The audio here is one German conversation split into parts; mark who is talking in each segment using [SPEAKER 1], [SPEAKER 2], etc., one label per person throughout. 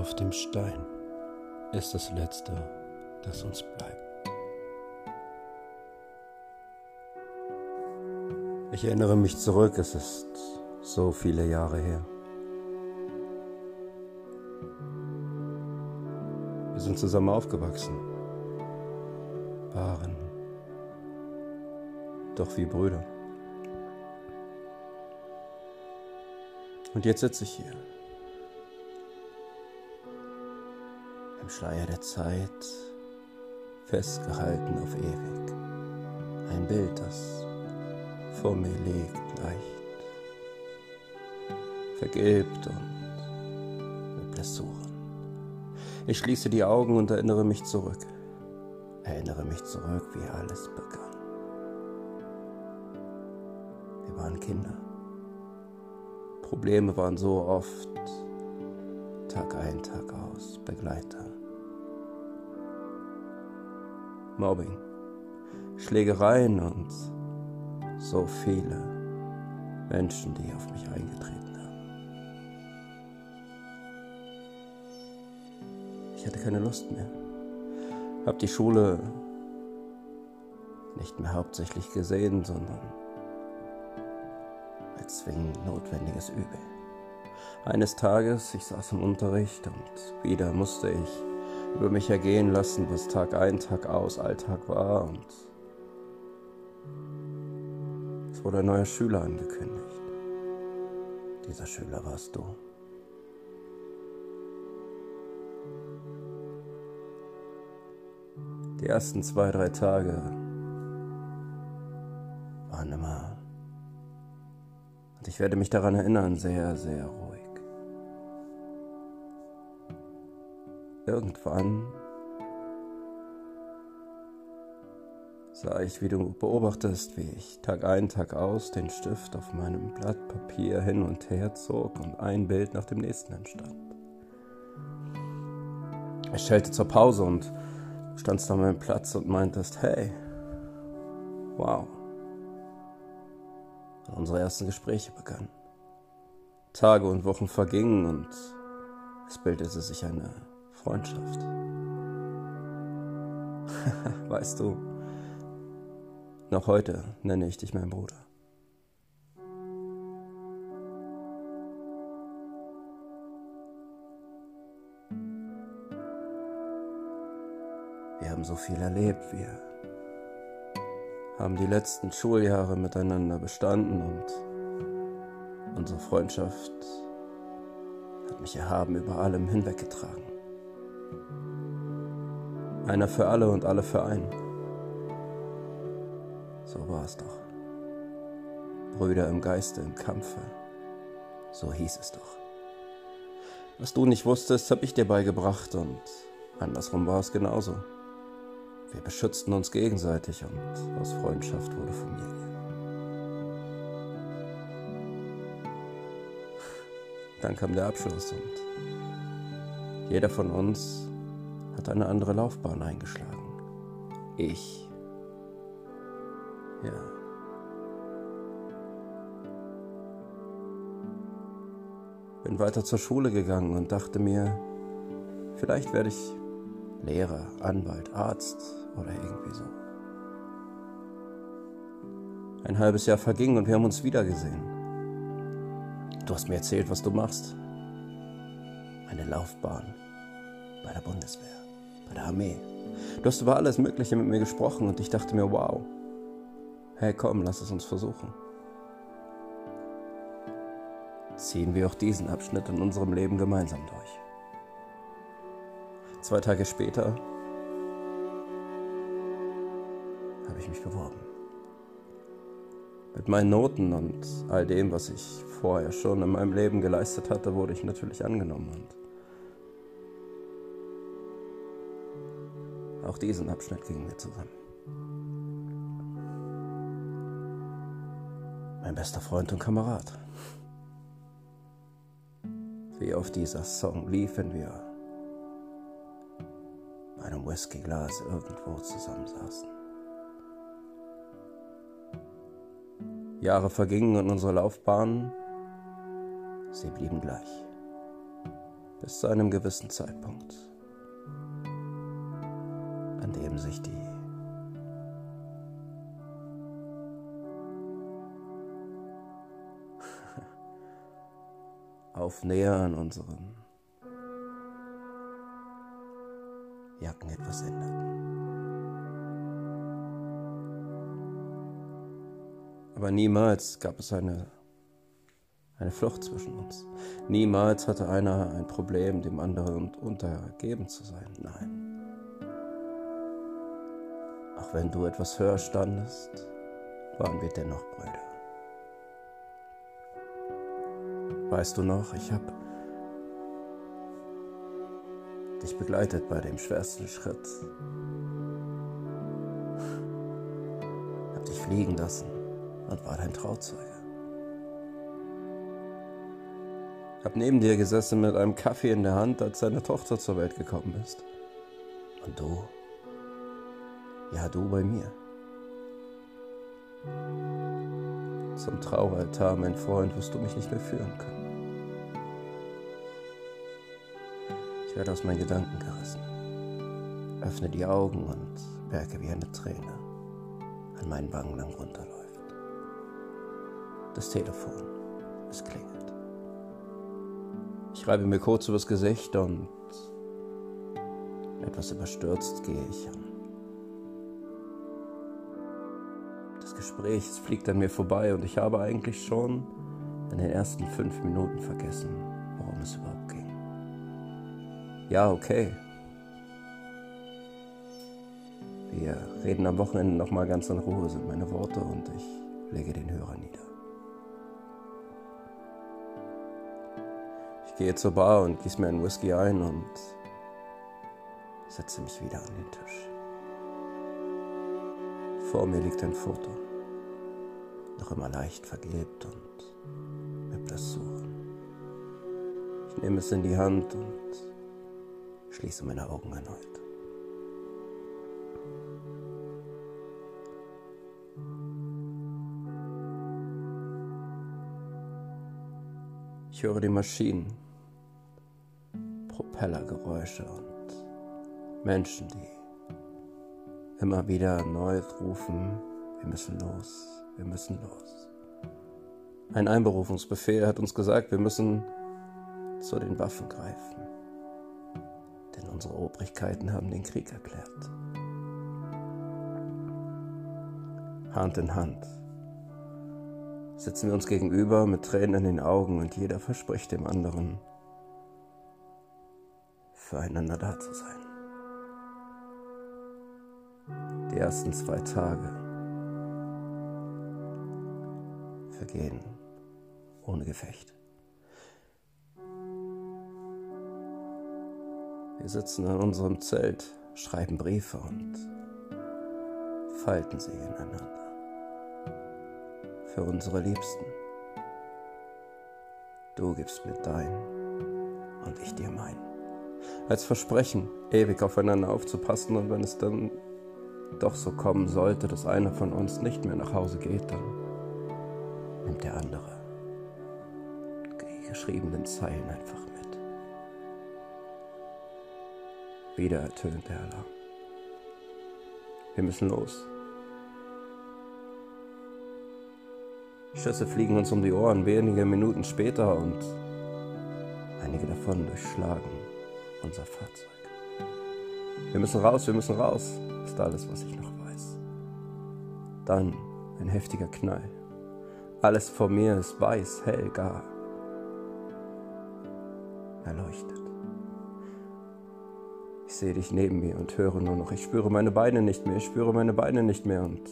[SPEAKER 1] auf dem Stein ist das Letzte, das uns bleibt. Ich erinnere mich zurück, es ist so viele Jahre her. Wir sind zusammen aufgewachsen, waren doch wie Brüder. Und jetzt sitze ich hier, im Schleier der Zeit, festgehalten auf ewig. Ein Bild, das vor mir liegt, leicht vergilbt und mit Blessuren. Ich schließe die Augen und erinnere mich zurück. Erinnere mich zurück, wie alles begann. Wir waren Kinder. Probleme waren so oft Tag ein, Tag aus Begleiter. Mobbing, Schlägereien und so viele Menschen, die auf mich eingetreten haben. Ich hatte keine Lust mehr. Hab die Schule nicht mehr hauptsächlich gesehen, sondern als zwingend notwendiges Übel. Eines Tages, ich saß im Unterricht und wieder musste ich über mich ergehen lassen, was Tag ein, Tag aus Alltag war, und es wurde ein neuer Schüler angekündigt. Dieser Schüler warst du. Die ersten 2, 3 Tage waren immer, und ich werde mich daran erinnern, sehr, sehr ruhig. Irgendwann sah ich, wie du beobachtest, wie ich Tag ein, Tag aus den Stift auf meinem Blatt Papier hin und her zog und ein Bild nach dem nächsten entstand. Ich schellte zur Pause und standst an meinem Platz und meintest, hey, wow. Und unsere ersten Gespräche begannen. Tage und Wochen vergingen und es bildete sich eine Freundschaft. Weißt du, noch heute nenne ich dich meinen Bruder. Wir haben so viel erlebt, wir haben die letzten Schuljahre miteinander bestanden und unsere Freundschaft hat mich erhaben über allem hinweggetragen. Einer für alle und alle für einen. So war es doch. Brüder im Geiste, im Kampfe. So hieß es doch. Was du nicht wusstest, habe ich dir beigebracht, und andersrum war es genauso. Wir beschützten uns gegenseitig und aus Freundschaft wurde Familie. Dann kam der Abschluss und jeder von uns hat eine andere Laufbahn eingeschlagen. Ich, ja. Bin weiter zur Schule gegangen und dachte mir, vielleicht werde ich Lehrer, Anwalt, Arzt oder irgendwie so. Ein halbes Jahr verging und wir haben uns wiedergesehen. Du hast mir erzählt, was du machst. Eine Laufbahn bei der Bundeswehr, bei der Armee. Du hast über alles Mögliche mit mir gesprochen und ich dachte mir, wow, hey komm, lass es uns versuchen. Ziehen wir auch diesen Abschnitt in unserem Leben gemeinsam durch. 2 Tage später habe ich mich beworben. Mit meinen Noten und all dem, was ich vorher schon in meinem Leben geleistet hatte, wurde ich natürlich angenommen. Und auch diesen Abschnitt gingen wir zusammen. Mein bester Freund und Kamerad. Wie auf dieser Song liefen wir bei einem Whiskyglas irgendwo zusammensaßen. Jahre vergingen und unsere Laufbahnen, sie blieben gleich. Bis zu einem gewissen Zeitpunkt, an dem sich die Aufnäher an unseren Jacken etwas änderten. Aber niemals gab es eine Flucht zwischen uns. Niemals hatte einer ein Problem, dem anderen untergeben zu sein. Nein. Auch wenn du etwas höher standest, waren wir dennoch Brüder. Weißt du noch, ich habe dich begleitet bei dem schwersten Schritt. Hab dich fliegen lassen und war dein Trauzeuge. Hab neben dir gesessen mit einem Kaffee in der Hand, als deine Tochter zur Welt gekommen ist. Und du? Ja, du bei mir. Zum Traualtar, mein Freund, wirst du mich nicht mehr führen können. Ich werde aus meinen Gedanken gerissen, öffne die Augen und merke, wie eine Träne an meinen Wangen lang runterläuft. Das Telefon, es klingelt. Ich reibe mir kurz übers Gesicht und etwas überstürzt gehe ich an. Das Gespräch fliegt an mir vorbei und ich habe eigentlich schon in den ersten 5 Minuten vergessen, worum es überhaupt ging. Ja, okay. Wir reden am Wochenende nochmal ganz in Ruhe, sind meine Worte, und ich lege den Hörer nieder. Ich gehe zur Bar und gieße mir einen Whisky ein und setze mich wieder an den Tisch. Vor mir liegt ein Foto, noch immer leicht vergilbt und mit Blessuren. Ich nehme es in die Hand und schließe meine Augen erneut. Ich höre die Maschinen, Propellergeräusche und Menschen, die immer wieder erneut rufen, wir müssen los, wir müssen los. Ein Einberufungsbefehl hat uns gesagt, wir müssen zu den Waffen greifen. Denn unsere Obrigkeiten haben den Krieg erklärt. Hand in Hand sitzen wir uns gegenüber mit Tränen in den Augen und jeder verspricht dem anderen, füreinander da zu sein. Die ersten 2 Tage vergehen ohne Gefecht. Wir sitzen in unserem Zelt, schreiben Briefe und falten sie ineinander. Für unsere Liebsten. Du gibst mir dein und ich dir mein. Als Versprechen, ewig aufeinander aufzupassen, und wenn es dann doch so kommen sollte, dass einer von uns nicht mehr nach Hause geht, dann nimmt der andere die geschriebenen Zeilen einfach mit. Wieder ertönt der Alarm. Wir müssen los. Schüsse fliegen uns um die Ohren wenige Minuten später und einige davon durchschlagen unser Fahrzeug. Wir müssen raus, ist alles, was ich noch weiß. Dann ein heftiger Knall. Alles vor mir ist weiß, hell, gar erleuchtet. Ich sehe dich neben mir und höre nur noch, ich spüre meine Beine nicht mehr, und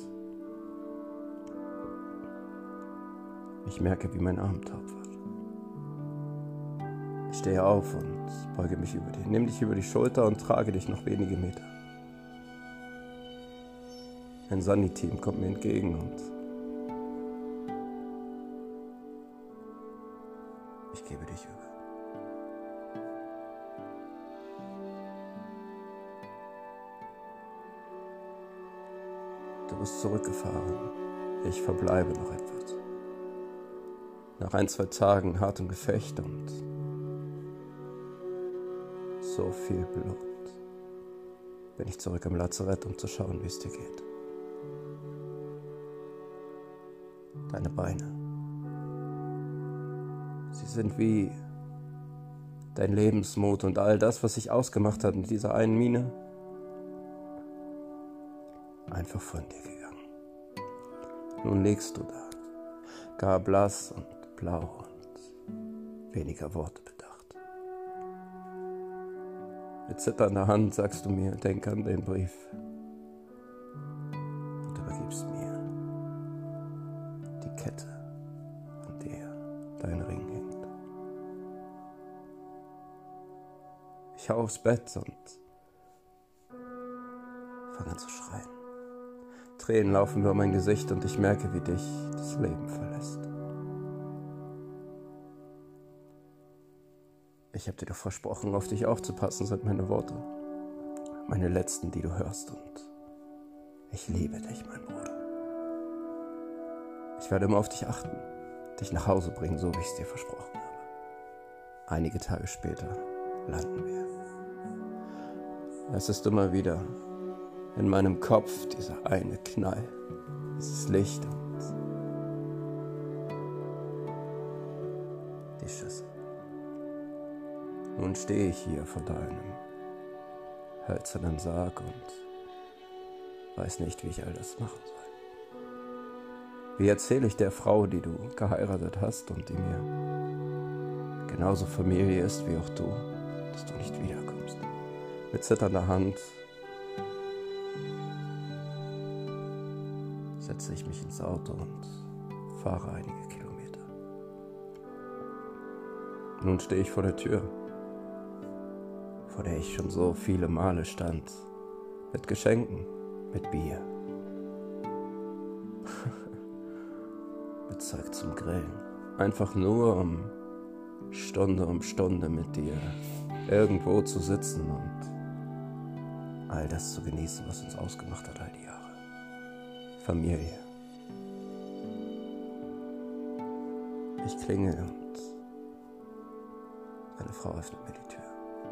[SPEAKER 1] ich merke, wie mein Arm taub wird. Ich stehe auf und beuge mich über dich, nehme dich über die Schulter und trage dich noch wenige Meter. Ein Sunny-Team kommt mir entgegen und ich gebe dich über. Du bist zurückgefahren, ich verbleibe noch etwas. Nach 1, 2 Tagen hartem Gefecht und so viel Blut, bin ich zurück im Lazarett, um zu schauen, wie es dir geht. Deine Beine, sie sind wie dein Lebensmut und all das, was sich ausgemacht hat in dieser einen Mine, einfach von dir gegangen. Nun liegst du da, gar blass und blau und weniger Worte bedacht. Mit zitternder Hand sagst du mir, denk an den Brief und übergibst mir die Kette, an der dein Ring hängt. Ich hau aufs Bett und fange an zu schreien. Tränen laufen über mein Gesicht und ich merke, wie dich das Leben verlässt. Ich habe dir doch versprochen, auf dich aufzupassen, sind meine Worte. Meine letzten, die du hörst, und ich liebe dich, mein Bruder. Ich werde immer auf dich achten, dich nach Hause bringen, so wie ich es dir versprochen habe. Einige Tage später landen wir. Es ist immer wieder in meinem Kopf dieser eine Knall, dieses Licht und die Schüsse. Nun stehe ich hier vor deinem hölzernen Sarg und weiß nicht, wie ich all das machen soll. Wie erzähle ich der Frau, die du geheiratet hast und die mir genauso Familie ist wie auch du, dass du nicht wiederkommst? Mit zitternder Hand setze ich mich ins Auto und fahre einige Kilometer. Nun stehe ich vor der Tür, vor der ich schon so viele Male stand, mit Geschenken, mit Bier, mit Zeug zum Grillen, einfach nur um Stunde mit dir irgendwo zu sitzen und all das zu genießen, was uns ausgemacht hat all die Jahre. Familie. Ich klingel und eine Frau öffnet mir die Tür.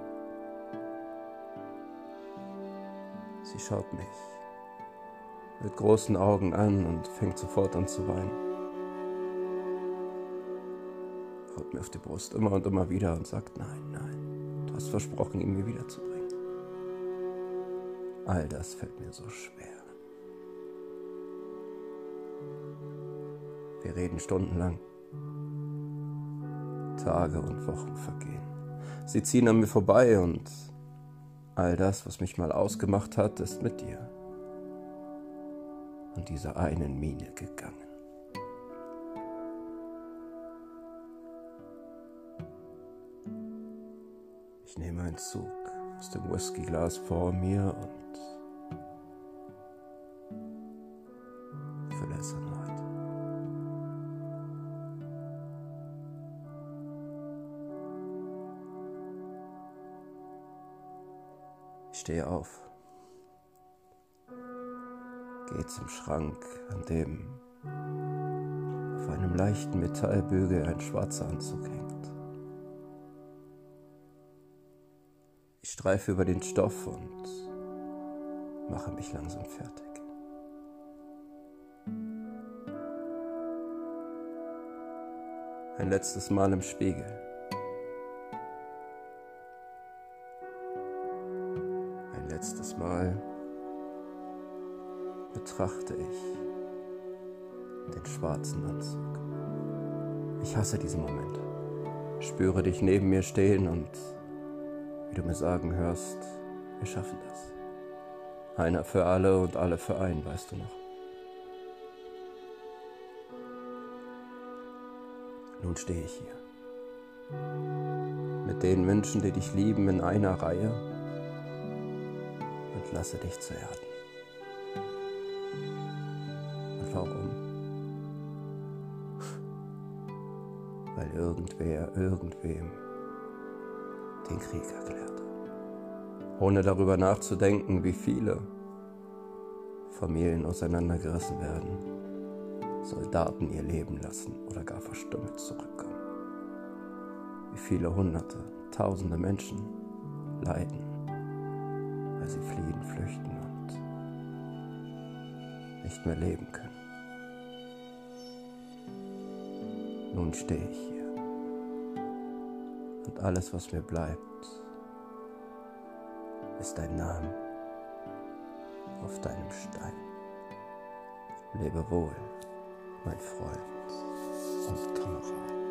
[SPEAKER 1] Sie schaut mich mit großen Augen an und fängt sofort an zu weinen. Haut mir auf die Brust immer und immer wieder und sagt, nein, du hast versprochen, ihn mir wiederzubringen. All das fällt mir so schwer. Wir reden stundenlang. Tage und Wochen vergehen. Sie ziehen an mir vorbei und all das, was mich mal ausgemacht hat, ist mit dir und dieser einen Mine gegangen. Ich nehme einen Zug aus dem Whiskyglas vor mir und fülle es erneut. Ich stehe auf, gehe zum Schrank, an dem auf einem leichten Metallbügel ein schwarzer Anzug hängt. Ich streife über den Stoff und mache mich langsam fertig. Ein letztes Mal im Spiegel. Ein letztes Mal betrachte ich den schwarzen Anzug. Ich hasse diesen Moment. Spüre dich neben mir stehen und wie du mir sagen hörst, wir schaffen das. Einer für alle und alle für einen, weißt du noch. Nun stehe ich hier. Mit den Menschen, die dich lieben, in einer Reihe und lasse dich zu erden. Und warum? Weil irgendwer irgendwem den Krieg erklärt. Ohne darüber nachzudenken, wie viele Familien auseinandergerissen werden, Soldaten ihr Leben lassen oder gar verstümmelt zurückkommen. Wie viele Hunderte, Tausende Menschen leiden, weil sie fliehen, flüchten und nicht mehr leben können. Nun stehe ich hier und alles, was mir bleibt, ist dein Name auf deinem Stein. Lebe wohl, mein Freund und Kamerad.